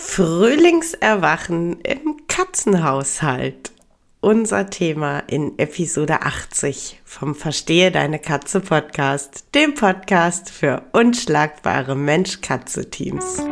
Frühlingserwachen im Katzenhaushalt. Unser Thema in Episode 80 vom Verstehe deine Katze Podcast, dem Podcast für unschlagbare Mensch-Katze-Teams.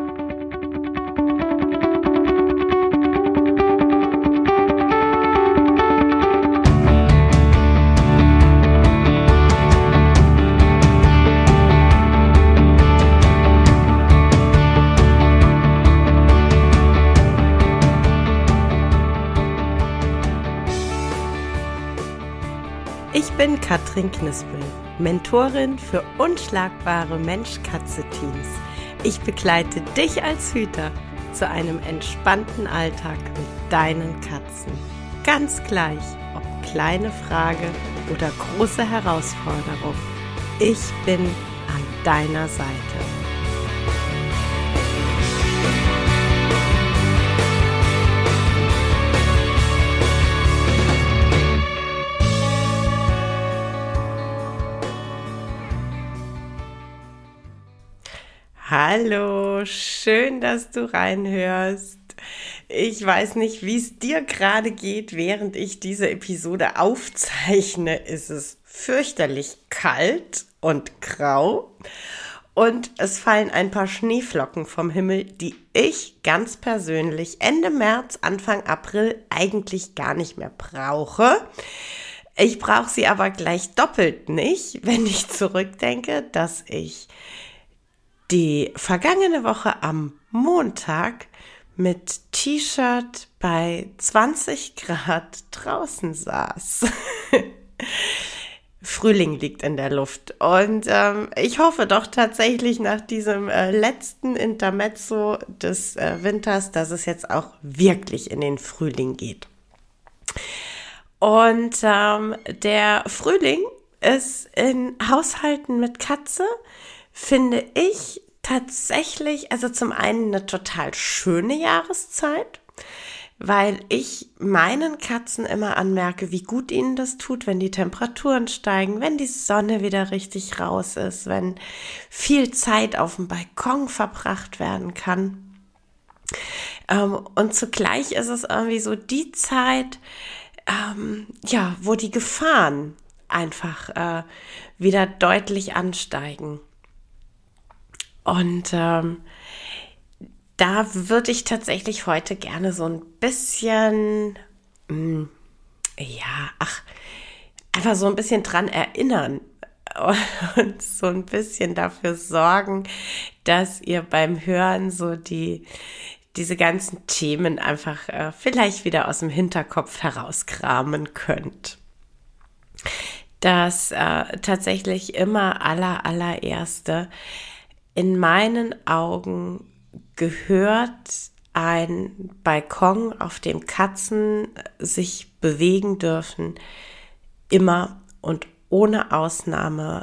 Ich bin Katrin Knispel, Mentorin für unschlagbare Mensch-Katze-Teams. Ich begleite dich als Hüter zu einem entspannten Alltag mit deinen Katzen. Ganz gleich, ob kleine Frage oder große Herausforderung. Ich bin an deiner Seite. Hallo, schön, dass du reinhörst. Ich weiß nicht, wie es dir gerade geht, während ich diese Episode aufzeichne. Ist es fürchterlich kalt und grau und es fallen ein paar Schneeflocken vom Himmel, die ich ganz persönlich Ende März, Anfang April eigentlich gar nicht mehr brauche. Ich brauche sie aber gleich doppelt nicht, wenn ich zurückdenke, dass ich die vergangene Woche am Montag mit T-Shirt bei 20 Grad draußen saß. Frühling liegt in der Luft und ich hoffe doch tatsächlich nach diesem letzten Intermezzo des Winters, dass es jetzt auch wirklich in den Frühling geht. Und der Frühling ist in Haushalten mit Katze, finde ich tatsächlich, also zum einen eine total schöne Jahreszeit, weil ich meinen Katzen immer anmerke, wie gut ihnen das tut, wenn die Temperaturen steigen, wenn die Sonne wieder richtig raus ist, wenn viel Zeit auf dem Balkon verbracht werden kann. Und zugleich ist es irgendwie so die Zeit, wo die Gefahren einfach wieder deutlich ansteigen. Und da würde ich tatsächlich heute gerne so ein bisschen, einfach so ein bisschen dran erinnern und so ein bisschen dafür sorgen, dass ihr beim Hören so diese ganzen Themen einfach vielleicht wieder aus dem Hinterkopf herauskramen könnt. Das tatsächlich immer allererste. In meinen Augen gehört ein Balkon, auf dem Katzen sich bewegen dürfen, immer und ohne Ausnahme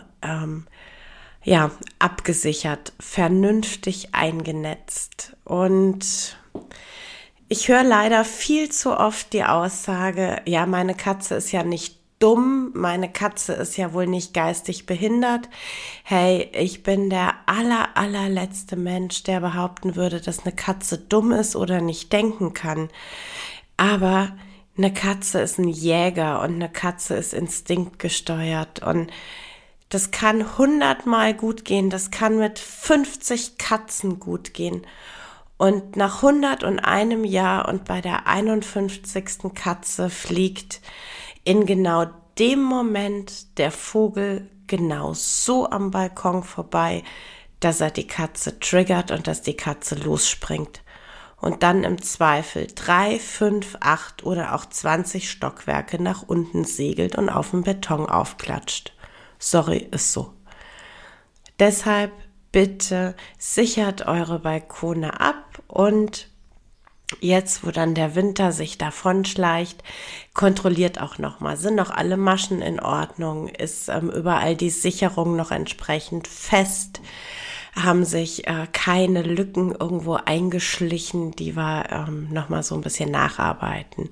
abgesichert, vernünftig eingenetzt. Und ich höre leider viel zu oft die Aussage, ja, meine Katze ist ja nicht dumm, meine Katze ist ja wohl nicht geistig behindert. Hey, ich bin der allerletzte Mensch, der behaupten würde, dass eine Katze dumm ist oder nicht denken kann. Aber eine Katze ist ein Jäger und eine Katze ist instinktgesteuert und das kann 100-mal gut gehen, das kann mit 50 Katzen gut gehen. Und nach 101 Jahr und bei der 51. Katze fliegt in genau dem Moment der Vogel genau so am Balkon vorbei, dass er die Katze triggert und dass die Katze losspringt. Und dann im Zweifel 3, 5, 8 oder auch 20 Stockwerke nach unten segelt und auf den Beton aufklatscht. Sorry, ist so. Deshalb bitte sichert eure Balkone ab und jetzt, wo dann der Winter sich davonschleicht, kontrolliert auch nochmal, sind noch alle Maschen in Ordnung, ist überall die Sicherung noch entsprechend fest, haben sich keine Lücken irgendwo eingeschlichen, die wir nochmal so ein bisschen nacharbeiten.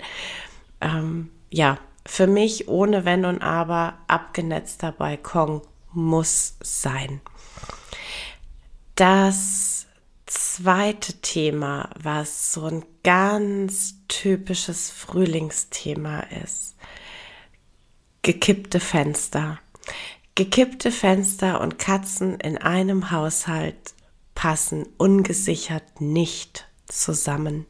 Für mich ohne Wenn und Aber abgenetzter Balkon muss sein. Das zweite Thema, was so ein ganz typisches Frühlingsthema ist: gekippte Fenster. Gekippte Fenster und Katzen in einem Haushalt passen ungesichert nicht zusammen.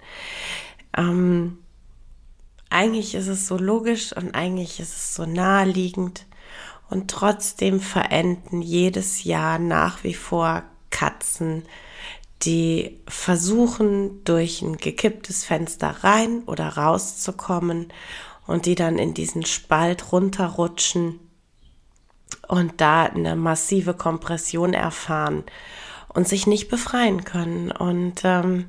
Eigentlich ist es so logisch und eigentlich ist es so naheliegend, und trotzdem verenden jedes Jahr nach wie vor Katzen, die versuchen, durch ein gekipptes Fenster rein oder rauszukommen und die dann in diesen Spalt runterrutschen und da eine massive Kompression erfahren und sich nicht befreien können. Und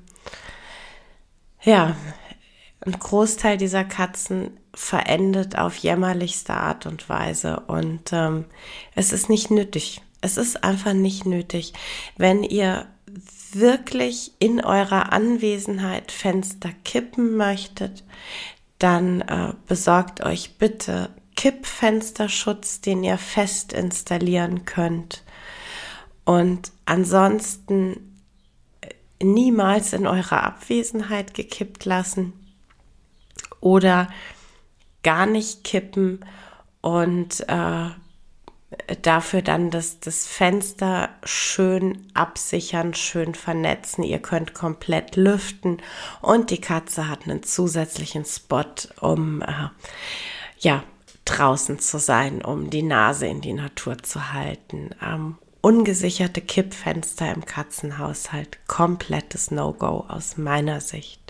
ein Großteil dieser Katzen verendet auf jämmerlichste Art und Weise. Und es ist nicht nötig. Es ist einfach nicht nötig. Wenn ihr wirklich in eurer Anwesenheit Fenster kippen möchtet, dann besorgt euch bitte Kippfensterschutz, den ihr fest installieren könnt. Und ansonsten niemals in eurer Abwesenheit gekippt lassen oder gar nicht kippen und dafür dann das Fenster schön absichern, schön vernetzen. Ihr könnt komplett lüften und die Katze hat einen zusätzlichen Spot, um draußen zu sein, um die Nase in die Natur zu halten. Ungesicherte Kippfenster im Katzenhaushalt, komplettes No-Go aus meiner Sicht.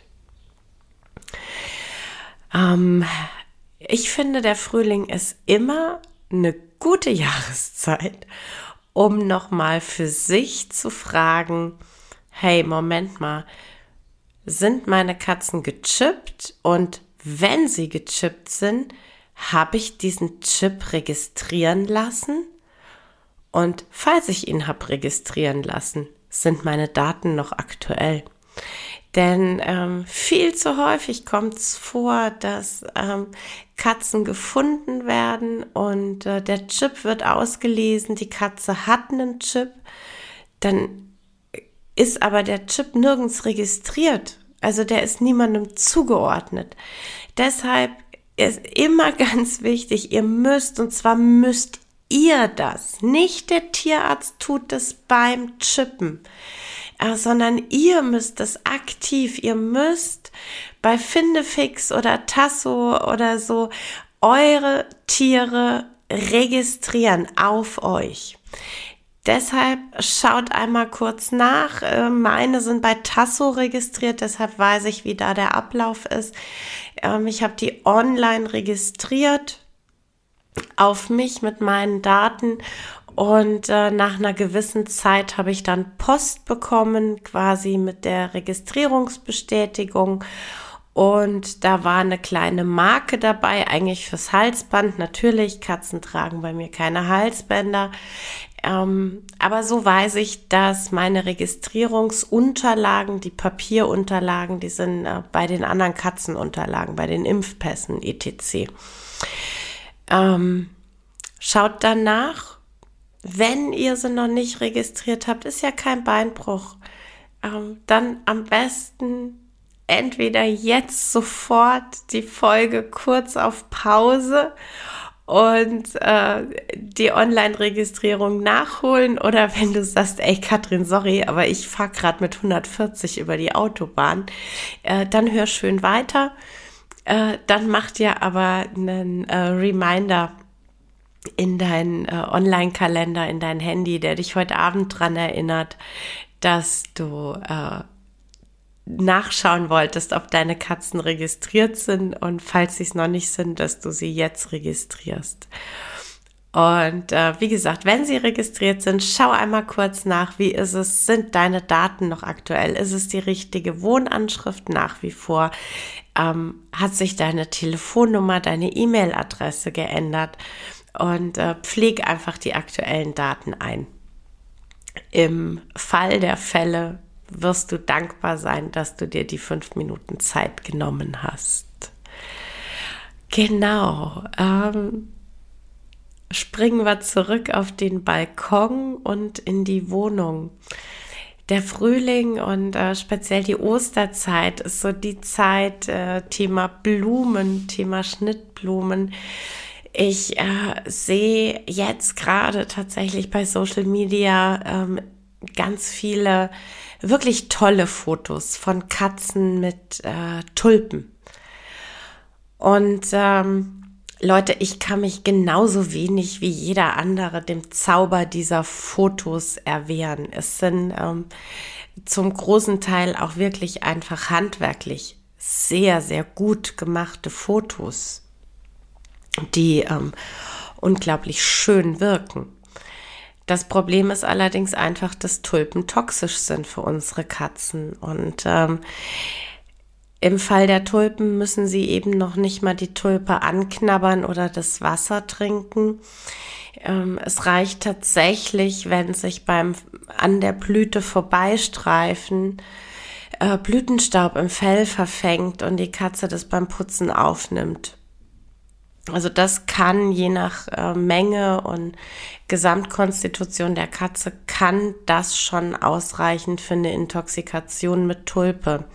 Ich finde, der Frühling ist immer eine gute Jahreszeit, um nochmal für sich zu fragen: Hey, Moment mal, sind meine Katzen gechippt? Und wenn sie gechippt sind, habe ich diesen Chip registrieren lassen? Und falls ich ihn habe registrieren lassen, sind meine Daten noch aktuell? Denn viel zu häufig kommt es vor, dass Katzen gefunden werden und der Chip wird ausgelesen, die Katze hat einen Chip, dann ist aber der Chip nirgends registriert, also der ist niemandem zugeordnet. Deshalb ist immer ganz wichtig, ihr müsst ihr das, nicht der Tierarzt tut das beim Chippen, sondern ihr müsst das aktiv, ihr müsst bei Findefix oder Tasso oder so eure Tiere registrieren auf euch. Deshalb schaut einmal kurz nach. Meine sind bei Tasso registriert, deshalb weiß ich, wie da der Ablauf ist. Ich habe die online registriert auf mich mit meinen Daten und nach einer gewissen Zeit habe ich dann Post bekommen, quasi mit der Registrierungsbestätigung. Und da war eine kleine Marke dabei, eigentlich fürs Halsband. Natürlich, Katzen tragen bei mir keine Halsbänder. Aber so weiß ich, dass meine Registrierungsunterlagen, die Papierunterlagen, die sind bei den anderen Katzenunterlagen, bei den Impfpässen etc. Schaut danach, wenn ihr sie noch nicht registriert habt, ist ja kein Beinbruch. Dann am besten entweder jetzt sofort die Folge kurz auf Pause und die Online-Registrierung nachholen, oder wenn du sagst, ey Katrin, sorry, aber ich fahre gerade mit 140 über die Autobahn, dann hör schön weiter. Dann mach dir aber einen Reminder in deinen Online-Kalender, in dein Handy, der dich heute Abend dran erinnert, dass du nachschauen wolltest, ob deine Katzen registriert sind, und falls sie es noch nicht sind, dass du sie jetzt registrierst. Und wie gesagt, wenn sie registriert sind, schau einmal kurz nach, wie ist es, sind deine Daten noch aktuell, ist es die richtige Wohnanschrift nach wie vor, hat sich deine Telefonnummer, deine E-Mail-Adresse geändert, und pfleg einfach die aktuellen Daten ein. Im Fall der Fälle wirst du dankbar sein, dass du dir die 5 Minuten Zeit genommen hast. Genau. Springen wir zurück auf den Balkon und in die Wohnung. Der Frühling und speziell die Osterzeit ist so die Zeit, Thema Blumen, Thema Schnittblumen. Ich sehe jetzt gerade tatsächlich bei Social Media ganz viele wirklich tolle Fotos von Katzen mit Tulpen. Und Leute, ich kann mich genauso wenig wie jeder andere dem Zauber dieser Fotos erwehren. Es sind zum großen Teil auch wirklich einfach handwerklich sehr, sehr gut gemachte Fotos, die unglaublich schön wirken. Das Problem ist allerdings einfach, dass Tulpen toxisch sind für unsere Katzen. Und im Fall der Tulpen müssen sie eben noch nicht mal die Tulpe anknabbern oder das Wasser trinken. Es reicht tatsächlich, wenn sich an der Blüte vorbeistreifen Blütenstaub im Fell verfängt und die Katze das beim Putzen aufnimmt. Also das kann je nach Menge und Gesamtkonstitution der Katze, kann das schon ausreichen für eine Intoxikation mit Tulpe.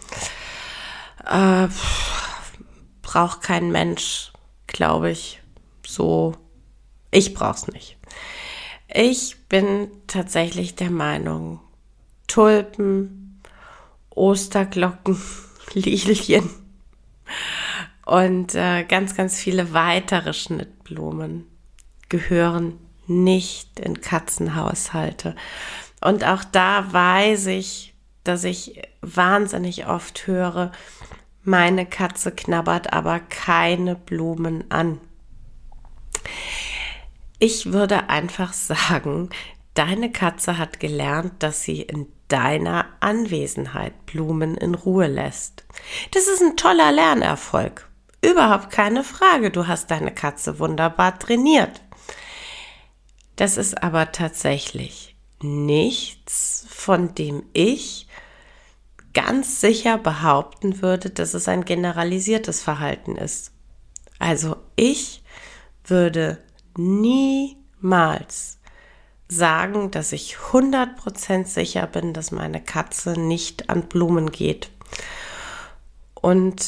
Braucht kein Mensch, glaube ich, so. Ich brauch's nicht. Ich bin tatsächlich der Meinung, Tulpen, Osterglocken, Lilien und ganz, ganz viele weitere Schnittblumen gehören nicht in Katzenhaushalte. Und auch da weiß ich, dass ich wahnsinnig oft höre, meine Katze knabbert aber keine Blumen an. Ich würde einfach sagen, deine Katze hat gelernt, dass sie in deiner Anwesenheit Blumen in Ruhe lässt. Das ist ein toller Lernerfolg. Überhaupt keine Frage, du hast deine Katze wunderbar trainiert. Das ist aber tatsächlich nichts, von dem ich ganz sicher behaupten würde, dass es ein generalisiertes Verhalten ist. Also ich würde niemals sagen, dass ich 100% sicher bin, dass meine Katze nicht an Blumen geht. Und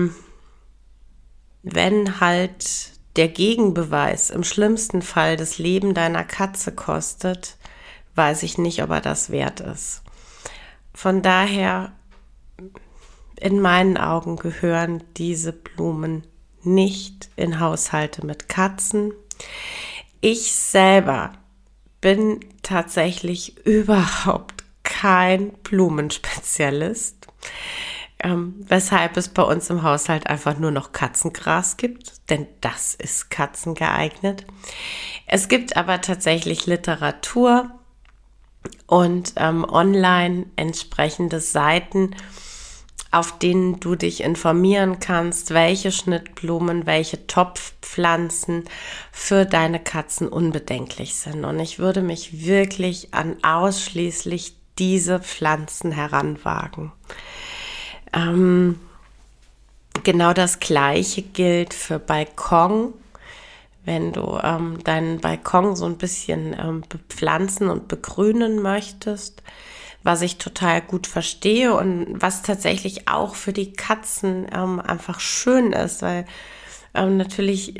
wenn halt der Gegenbeweis im schlimmsten Fall das Leben deiner Katze kostet, weiß ich nicht, ob er das wert ist. Von daher, in meinen Augen gehören diese Blumen nicht in Haushalte mit Katzen. Ich selber bin tatsächlich überhaupt kein Blumenspezialist, weshalb es bei uns im Haushalt einfach nur noch Katzengras gibt, denn das ist katzengeeignet. Es gibt aber tatsächlich Literatur und online entsprechende Seiten, auf denen du dich informieren kannst, welche Schnittblumen, welche Topfpflanzen für deine Katzen unbedenklich sind. Und ich würde mich wirklich an ausschließlich diese Pflanzen heranwagen. Genau das Gleiche gilt für Balkon. Wenn du deinen Balkon so ein bisschen bepflanzen und begrünen möchtest, was ich total gut verstehe und was tatsächlich auch für die Katzen einfach schön ist, weil natürlich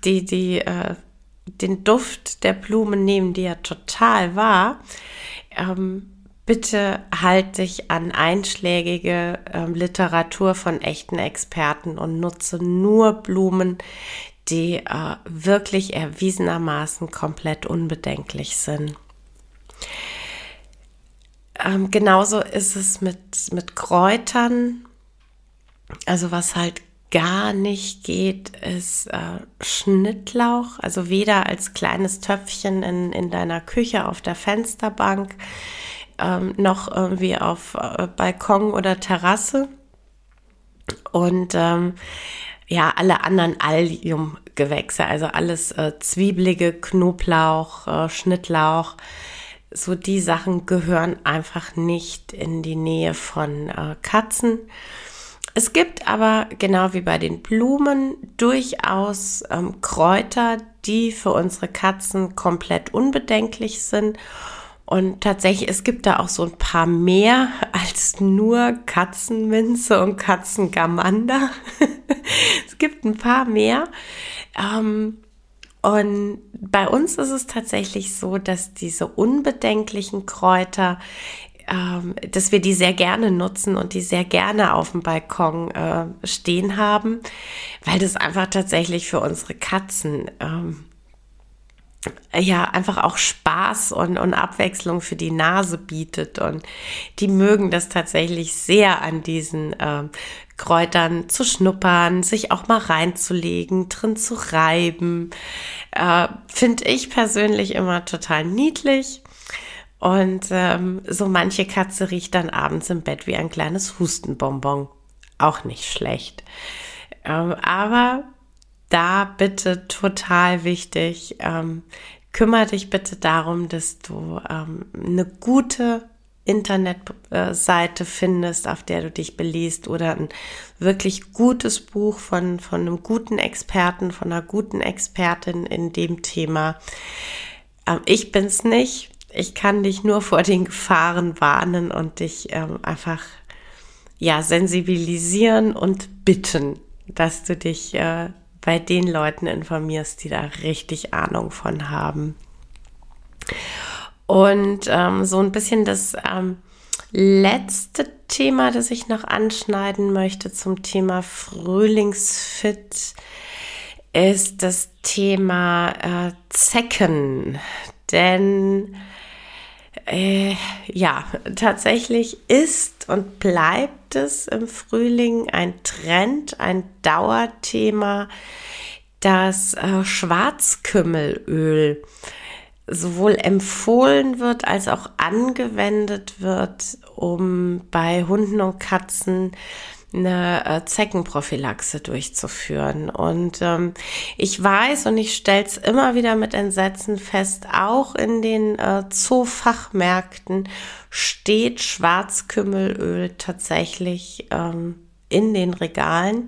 den Duft der Blumen nehmen die ja total wahr. Bitte halt dich an einschlägige Literatur von echten Experten und nutze nur Blumen, die wirklich erwiesenermaßen komplett unbedenklich sind. Genauso ist es mit Kräutern. Also was halt gar nicht geht, ist Schnittlauch. Also weder als kleines Töpfchen in deiner Küche auf der Fensterbank, noch irgendwie auf Balkon oder Terrasse. Und alle anderen Alliumgewächse, also alles Zwiebelige, Knoblauch, Schnittlauch, so die Sachen gehören einfach nicht in die Nähe von Katzen. Es gibt aber, genau wie bei den Blumen, durchaus Kräuter, die für unsere Katzen komplett unbedenklich sind Und tatsächlich, es gibt da auch so ein paar mehr als nur Katzenminze und Katzengamander. Es gibt ein paar mehr. Und bei uns ist es tatsächlich so, dass diese unbedenklichen Kräuter, dass wir die sehr gerne nutzen und die sehr gerne auf dem Balkon stehen haben, weil das einfach tatsächlich für unsere Katzen ja einfach auch Spaß und Abwechslung für die Nase bietet, und die mögen das tatsächlich sehr, an diesen Kräutern zu schnuppern, sich auch mal reinzulegen, drin zu reiben. Finde ich persönlich immer total niedlich. Und so manche Katze riecht dann abends im Bett wie ein kleines Hustenbonbon. Auch nicht schlecht. Aber da bitte total wichtig, kümmere dich bitte darum, dass du eine gute Internetseite findest, auf der du dich beliest, oder ein wirklich gutes Buch von einem guten Experten, von einer guten Expertin in dem Thema. Ich bin's nicht. Ich kann dich nur vor den Gefahren warnen und dich einfach sensibilisieren und bitten, dass du dich bei den Leuten informierst, die da richtig Ahnung von haben. Und so ein bisschen das letzte Thema, das ich noch anschneiden möchte zum Thema Frühlingsfit, ist das Thema Zecken. Denn tatsächlich ist und bleibt es im Frühling ein Trend, ein Dauerthema, dass Schwarzkümmelöl sowohl empfohlen wird als auch angewendet wird, um bei Hunden und Katzen eine Zeckenprophylaxe durchzuführen. Und ich weiß und ich stelle es immer wieder mit Entsetzen fest, auch in den Zoofachmärkten steht Schwarzkümmelöl tatsächlich in den Regalen.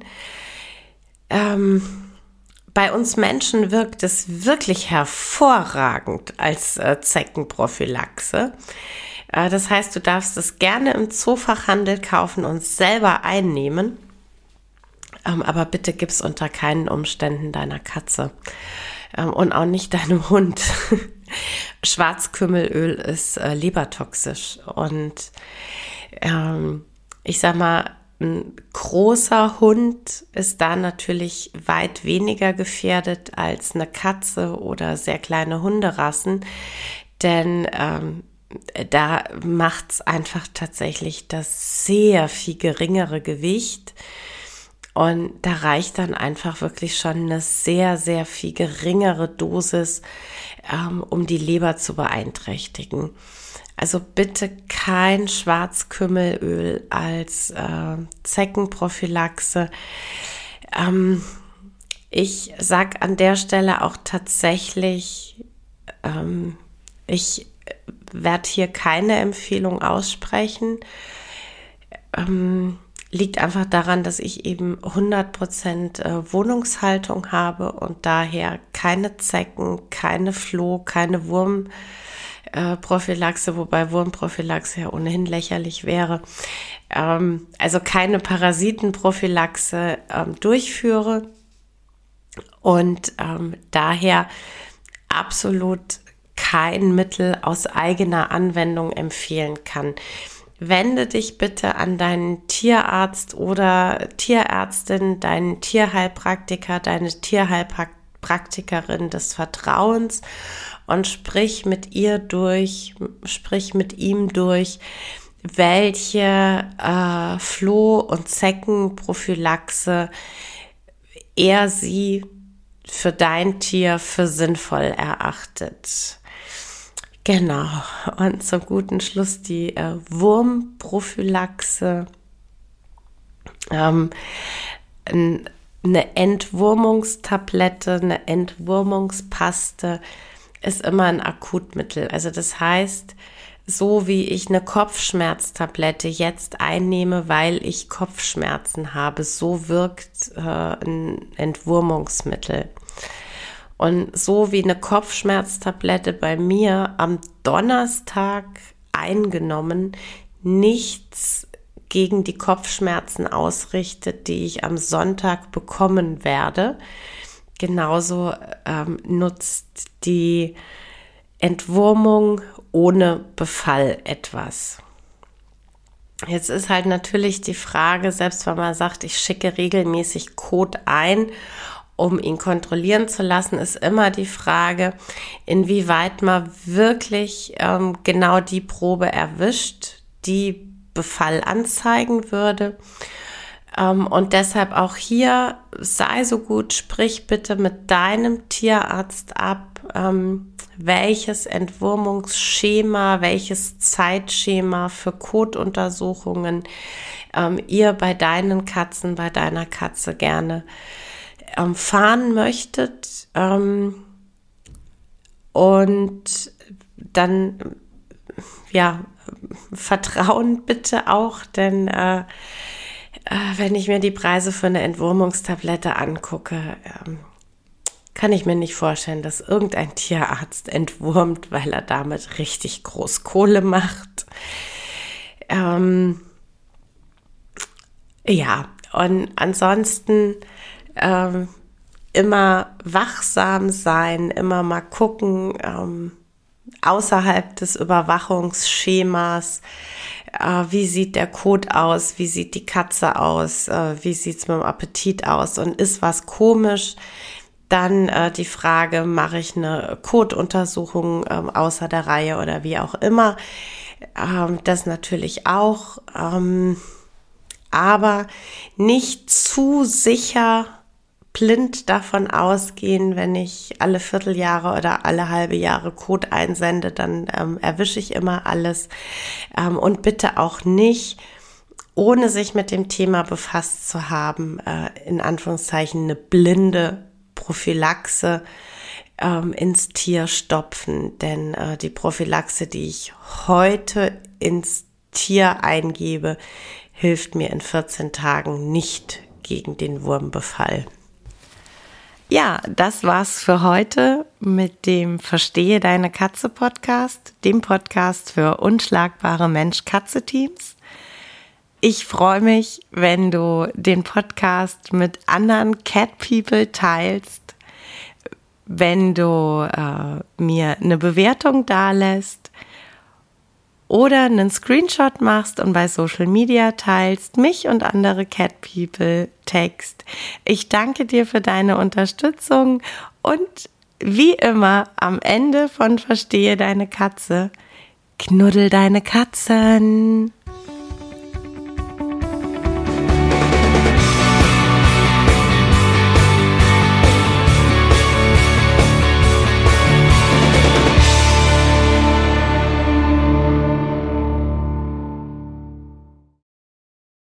Bei uns Menschen wirkt es wirklich hervorragend als Zeckenprophylaxe. Das heißt, du darfst es gerne im Zoofachhandel kaufen und selber einnehmen. Aber bitte gib es unter keinen Umständen deiner Katze und auch nicht deinem Hund. Schwarzkümmelöl ist lebertoxisch, und ich sag mal, ein großer Hund ist da natürlich weit weniger gefährdet als eine Katze oder sehr kleine Hunderassen, denn da macht es einfach tatsächlich das sehr viel geringere Gewicht, und da reicht dann einfach wirklich schon eine sehr, sehr viel geringere Dosis, um die Leber zu beeinträchtigen. Also bitte kein Schwarzkümmelöl als Zeckenprophylaxe. Ich sage an der Stelle auch tatsächlich, ich werde hier keine Empfehlung aussprechen. Liegt einfach daran, dass ich eben 100% Wohnungshaltung habe und daher keine Zecken, keine Floh, keine Wurmprophylaxe, wobei Wurmprophylaxe ja ohnehin lächerlich wäre. Also keine Parasitenprophylaxe durchführe und daher absolut kein Mittel aus eigener Anwendung empfehlen kann. Wende dich bitte an deinen Tierarzt oder Tierärztin, deinen Tierheilpraktiker, deine Tierheilpraktikerin des Vertrauens und sprich mit ihm durch, welche Floh- und Zeckenprophylaxe er sie für dein Tier für sinnvoll erachtet. Genau, und zum guten Schluss die Wurmprophylaxe. Eine Entwurmungstablette, eine Entwurmungspaste ist immer ein Akutmittel. Also das heißt, so wie ich eine Kopfschmerztablette jetzt einnehme, weil ich Kopfschmerzen habe, so wirkt ein Entwurmungsmittel. Und so wie eine Kopfschmerztablette bei mir am Donnerstag eingenommen nichts gegen die Kopfschmerzen ausrichtet, die ich am Sonntag bekommen werde, genauso nutzt die Entwurmung ohne Befall etwas. Jetzt ist halt natürlich die Frage, selbst wenn man sagt, ich schicke regelmäßig Kot ein, um ihn kontrollieren zu lassen, ist immer die Frage, inwieweit man wirklich genau die Probe erwischt, die Befall anzeigen würde. Und deshalb auch hier, sei so gut, sprich bitte mit deinem Tierarzt ab, welches Entwurmungsschema, welches Zeitschema für Kotuntersuchungen ihr bei deinen Katzen, bei deiner Katze gerne fahren möchtet. Und dann, Vertrauen bitte auch, denn wenn ich mir die Preise für eine Entwurmungstablette angucke, kann ich mir nicht vorstellen, dass irgendein Tierarzt entwurmt, weil er damit richtig groß Kohle macht. Und ansonsten immer wachsam sein, immer mal gucken, außerhalb des Überwachungsschemas, wie sieht der Kot aus, wie sieht die Katze aus, wie sieht's mit dem Appetit aus und ist was komisch, dann die Frage, mache ich eine Kotuntersuchung außer der Reihe oder wie auch immer, das natürlich auch, aber nicht zu sicher blind davon ausgehen, wenn ich alle Vierteljahre oder alle halbe Jahre Kot einsende, dann erwische ich immer alles. Und bitte auch nicht, ohne sich mit dem Thema befasst zu haben, in Anführungszeichen eine blinde Prophylaxe ins Tier stopfen. Denn die Prophylaxe, die ich heute ins Tier eingebe, hilft mir in 14 Tagen nicht gegen den Wurmbefall. Ja, das war's für heute mit dem Verstehe deine Katze Podcast, dem Podcast für unschlagbare Mensch-Katze-Teams. Ich freue mich, wenn du den Podcast mit anderen Cat People teilst, wenn du mir eine Bewertung dalässt oder einen Screenshot machst und bei Social Media teilst, mich und andere Cat People text. Ich danke dir für deine Unterstützung und wie immer am Ende von Verstehe deine Katze, knuddel deine Katzen.